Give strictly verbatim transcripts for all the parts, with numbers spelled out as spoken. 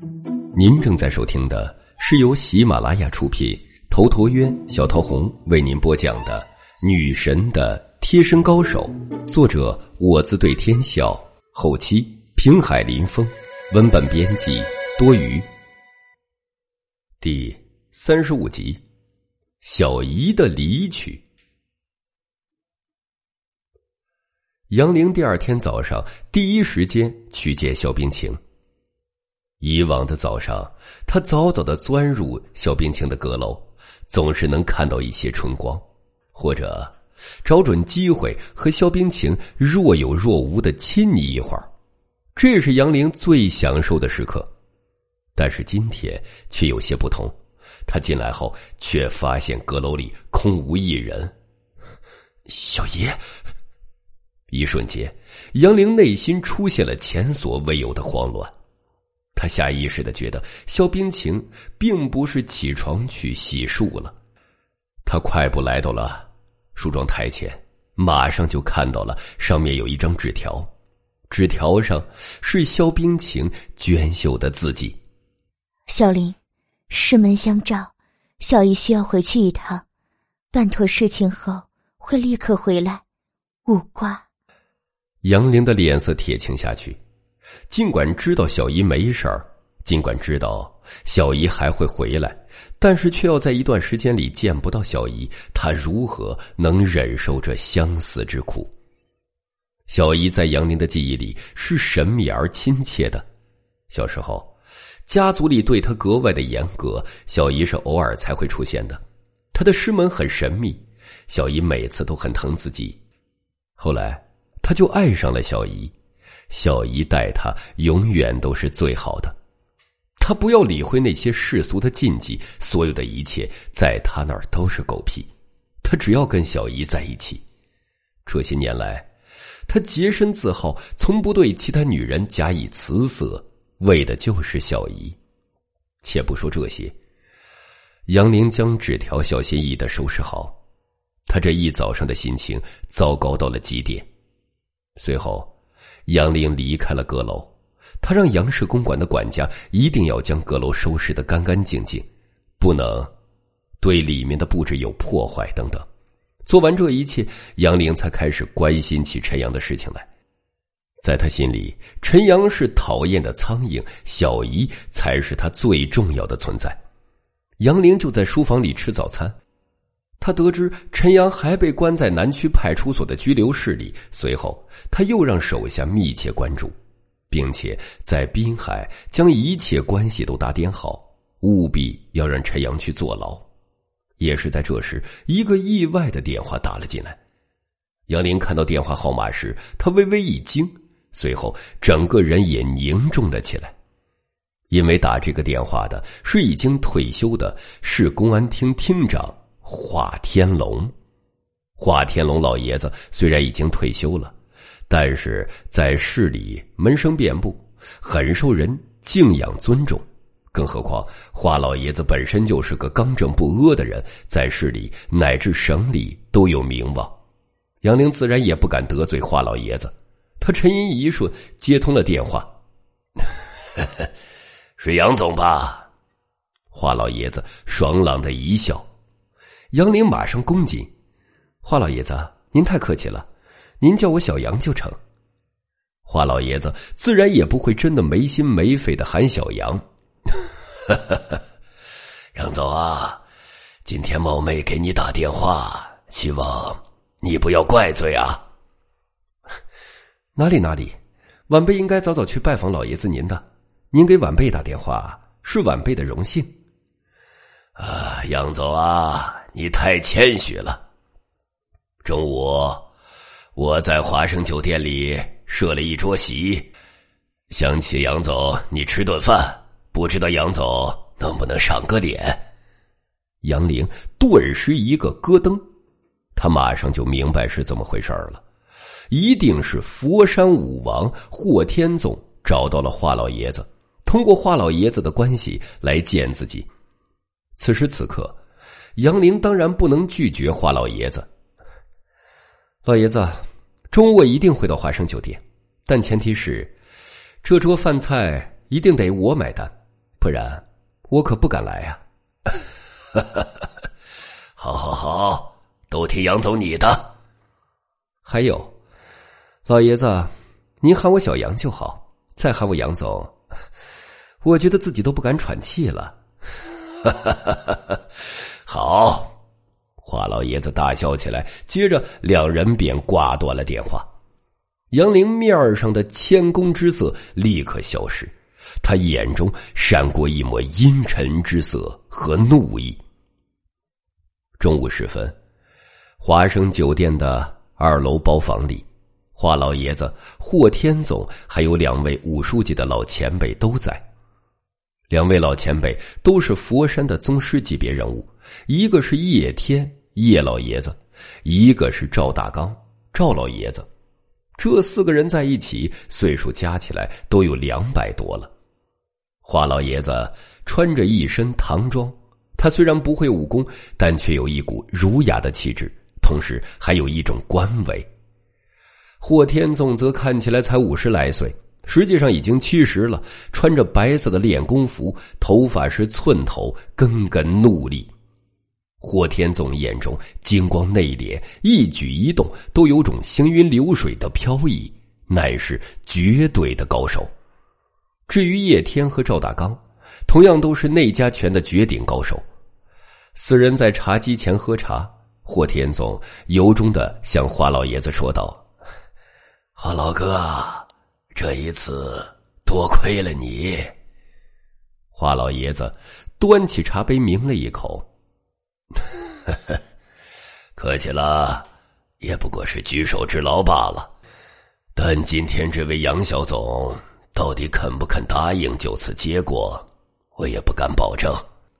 您正在收听的是由喜马拉雅出品，头陀渊、小桃红为您播讲的《女神的贴身高手》，作者我自对天笑，后期平海林风，文本编辑多余。第三十五集，小姨的离去。杨玲第二天早上第一时间去见肖冰晴。以往的早上，他早早地钻入肖冰晴的阁楼，总是能看到一些春光，或者找准机会和肖冰晴若有若无地亲昵一会儿，这是杨玲最享受的时刻。但是今天却有些不同，他进来后却发现阁楼里空无一人。小姨，一瞬间，杨玲内心出现了前所未有的慌乱。他下意识地觉得肖冰晴并不是起床去洗漱了。他快步来到了梳妆台前，马上就看到了上面有一张纸条，纸条上是肖冰晴娟秀的字迹。 小玲，师门相照，小姨需要回去一趟，办妥事情后会立刻回来，勿挂。 杨玲的脸色铁青下去，尽管知道小姨没事儿，尽管知道小姨还会回来，但是却要在一段时间里见不到小姨，她如何能忍受这相思之苦？小姨在杨玲的记忆里是神秘而亲切的。小时候，家族里对她格外的严格，小姨是偶尔才会出现的。她的师门很神秘，小姨每次都很疼自己。后来，她就爱上了小姨。小姨待他永远都是最好的，他不要理会那些世俗的禁忌，所有的一切在他那儿都是狗屁，他只要跟小姨在一起。这些年来，他洁身自好，从不对其他女人加以辞色，为的就是小姨。且不说这些，杨玲将纸条小心翼翼地收拾好，他这一早上的心情糟糕到了极点。随后杨玲离开了阁楼，她让杨氏公馆的管家一定要将阁楼收拾得干干净净，不能对里面的布置有破坏等等。做完这一切，杨玲才开始关心起陈阳的事情来。在她心里，陈阳是讨厌的苍蝇，小姨才是她最重要的存在。杨玲就在书房里吃早餐，他得知陈阳还被关在南区派出所的拘留室里，随后他又让手下密切关注，并且在滨海将一切关系都打点好，务必要让陈阳去坐牢。也是在这时，一个意外的电话打了进来。杨玲看到电话号码时，他微微一惊，随后整个人也凝重了起来。因为打这个电话的是已经退休的市公安厅厅长华天龙。华天龙老爷子虽然已经退休了，但是在市里门生遍布，很受人敬仰尊重。更何况华老爷子本身就是个刚正不阿的人，在市里乃至省里都有名望。杨玲自然也不敢得罪华老爷子，他沉吟一瞬，接通了电话。是杨总吧？华老爷子爽朗的一笑。杨玲马上恭敬：华老爷子，您太客气了，您叫我小杨就成。华老爷子自然也不会真的没心没肺的喊小杨。杨总啊，今天冒昧给你打电话，希望你不要怪罪啊。哪里哪里，晚辈应该早早去拜访老爷子您的，您给晚辈打电话是晚辈的荣幸。啊，杨总啊，你太谦虚了。中午我在华盛酒店里设了一桌席，想请杨总你吃顿饭，不知道杨总能不能赏个脸？杨玲顿时一个咯噔，他马上就明白是怎么回事了，一定是佛山武王霍天纵找到了华老爷子，通过华老爷子的关系来见自己。此时此刻，杨玲当然不能拒绝华老爷子。老爷子，中午我一定会到华盛酒店，但前提是这桌饭菜一定得我买单， 不然我可不敢来呀、 啊。好好好，都听杨总你的。 还有，老爷子，您喊我小杨就好，再喊我杨总，我觉得自己都不敢喘气了。 好，华老爷子大笑起来，接着两人便挂断了电话。 杨凌面上的谦恭之色立刻消失，他眼中闪过一抹阴沉之色和怒意。中午时分，华生酒店的二楼包房里，华老爷子、霍天总还有两位武书级的老前辈都在。两位老前辈都是佛山的宗师级别人物，一个是叶天叶老爷子，一个是赵大刚赵老爷子。这四个人在一起，岁数加起来都有两百多了。华老爷子穿着一身唐装，他虽然不会武功，但却有一股儒雅的气质，同时还有一种官威。霍天总则看起来才五十来岁，实际上已经七十了，穿着白色的练功服，头发是寸头，根根怒立。霍天总眼中金光内敛，一举一动都有种行云流水的飘逸，乃是绝对的高手。至于叶天和赵大刚，同样都是内家拳的绝顶高手。四人在茶几前喝茶，霍天总由衷的向华老爷子说道： 华老哥，这一次多亏了你。 华老爷子端起茶杯抿了一口， 客气了，也不过是举手之劳罢了。但今天这位杨小总到底肯不肯答应就此结果，我也不敢保证。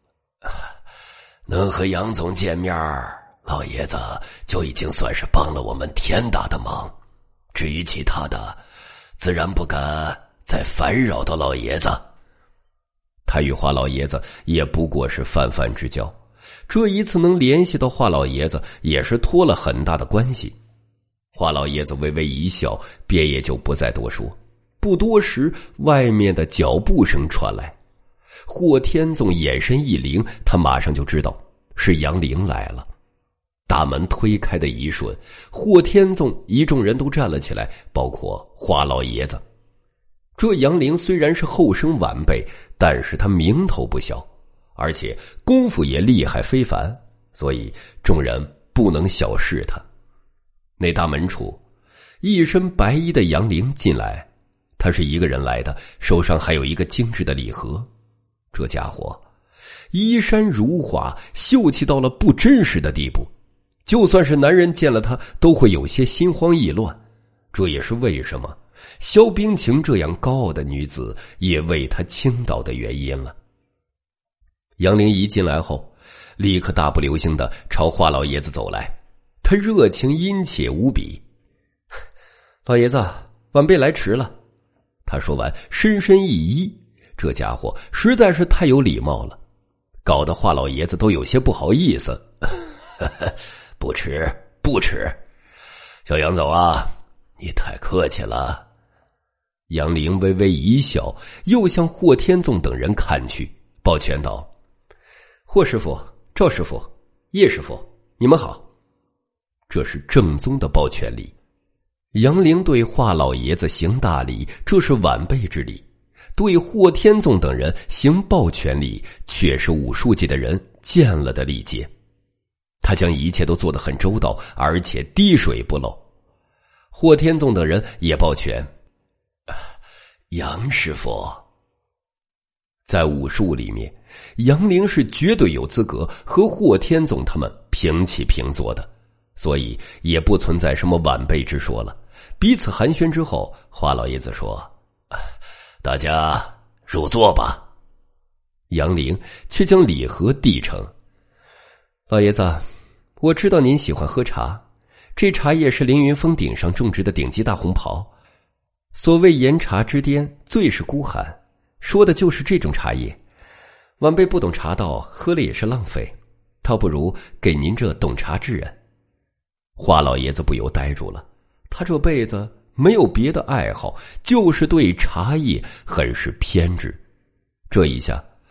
能和杨总见面，老爷子就已经算是帮了我们天大的忙。至于其他的，自然不敢再烦扰到老爷子。 他与华老爷子也不过是泛泛之交，这一次能联系到华老爷子，也是托了很大的关系。华老爷子微微一笑，便也就不再多说。不多时，外面的脚步声传来，霍天纵眼神一灵，他马上就知道是杨凌来了。大门推开的一瞬，霍天纵一众人都站了起来，包括华老爷子。这杨凌虽然是后生晚辈，但是他名头不小，而且功夫也厉害非凡，所以众人不能小视他。那大门处，一身白衣的杨凌进来，他是一个人来的，手上还有一个精致的礼盒。这家伙衣衫如花，秀气到了不真实的地步，就算是男人见了他都会有些心慌意乱。这也是为什么萧冰晴这样高傲的女子也为他倾倒的原因了。杨凌一进来后，立刻大步流星的朝华老爷子走来，他热情殷切无比。老爷子，晚辈来迟了。他说完深深一揖，这家伙实在是太有礼貌了，搞得华老爷子都有些不好意思。 不迟不迟，小杨总啊，你太客气了。 杨凌微微一笑，又向霍天纵等人看去，抱拳道：霍师傅、赵师傅、叶师傅，你们好。这是正宗的抱拳礼。杨凌对华老爷子行大礼，这是晚辈之礼；对霍天纵等人行抱拳礼，却是武术界的人见了的礼节。他将一切都做得很周到，而且滴水不漏。霍天纵等人也抱拳。 杨师傅， 在武术里面，杨凌是绝对有资格和霍天纵他们平起平坐的，所以也不存在什么晚辈之说了。彼此寒暄之后，华老爷子说： 大家入座吧。 杨凌却将礼盒递呈。老爷子，我知道您喜欢喝茶，这茶叶是凌云峰顶上种植的顶级大红袍。所谓岩茶之巅，最是孤寒，说的就是这种茶叶。晚辈不懂茶道，喝了也是浪费，倒不如给您这懂茶之人。华老爷子不由呆住了，他这辈子没有别的爱好，就是对茶叶很是偏执。这一下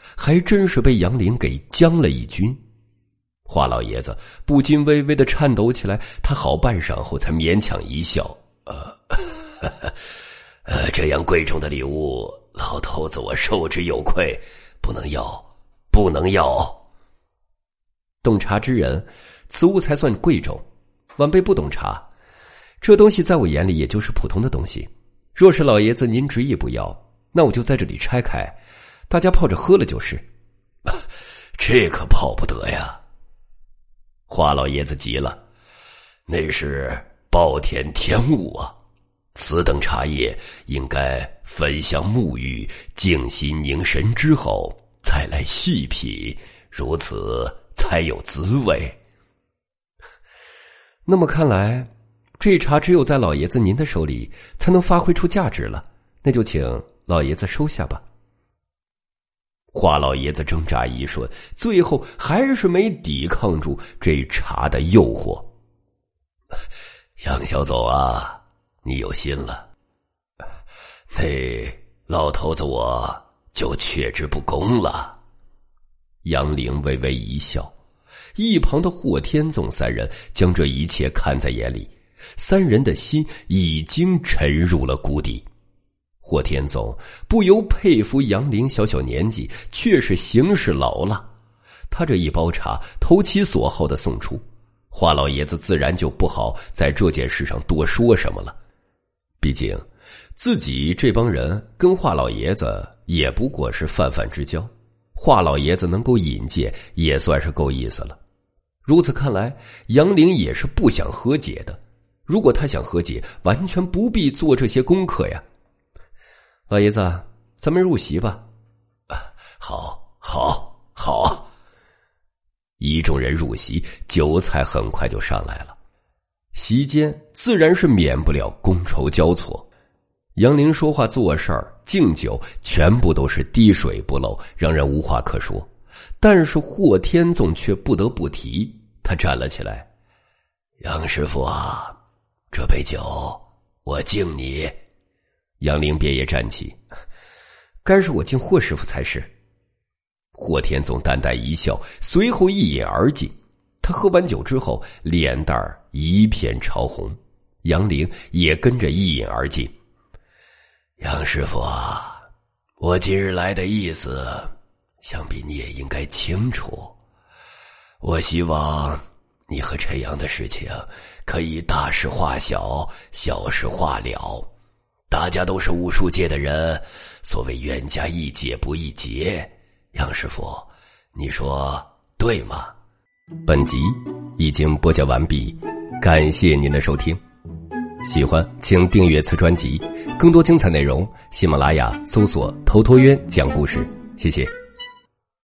还真是被杨凌给将了一军。华老爷子不禁微微的颤抖起来，他好半晌后才勉强一笑：“呃， 呵呵呃，这样贵重的礼物，老头子我受之有愧，不能要，不能要。” 懂茶之人，此物才算贵重。晚辈不懂茶，这东西在我眼里也就是普通的东西。若是老爷子您执意不要，那我就在这里拆开，大家泡着喝了就是。 这可泡不得呀！华老爷子急了，那是暴殄天物啊！此等茶叶应该焚香沐浴，静心凝神之后再来细品，如此才有滋味。 那么看来，这茶只有在老爷子您的手里才能发挥出价值了，那就请老爷子收下吧。 华老爷子挣扎一瞬，最后还是没抵抗住这茶的诱惑。杨小总啊，你有心了，那老头子我就却之不恭了。 杨凌微微一笑，一旁的霍天纵三人将这一切看在眼里，三人的心已经沉入了谷底。霍天纵不由佩服杨凌小小年纪却是行事老辣，他这一包茶投其所好的送出，华老爷子自然就不好在这件事上多说什么了。毕竟自己这帮人跟华老爷子也不过是泛泛之交，华老爷子能够引荐也算是够意思了。如此看来，杨凌也是不想和解的。如果他想和解，完全不必做这些功课呀。老爷子，咱们入席吧。 啊，好，好，好。 一众人入席，酒菜很快就上来了。席间自然是免不了觥筹交错。杨凌说话做事儿敬酒全部都是滴水不漏，让人无话可说。但是霍天纵却不得不提，他站了起来：“ 杨师傅啊，这杯酒我敬你。” 杨凌便也站起：“该是我敬霍师傅才是。”霍天纵淡淡一笑，随后一饮而尽。他喝完酒之后，脸蛋儿一片潮红，杨凌也跟着一饮而尽。 杨师傅啊，我今日来的意思，想必你也应该清楚。我希望你和陈阳的事情可以大事化小，小事化了。大家都是武术界的人，所谓冤家宜解不宜结。杨师傅，你说对吗？ 本集已经播讲完毕，感谢您的收听。喜欢请订阅此专辑，更多精彩内容喜马拉雅搜索头陀渊讲故事，谢谢。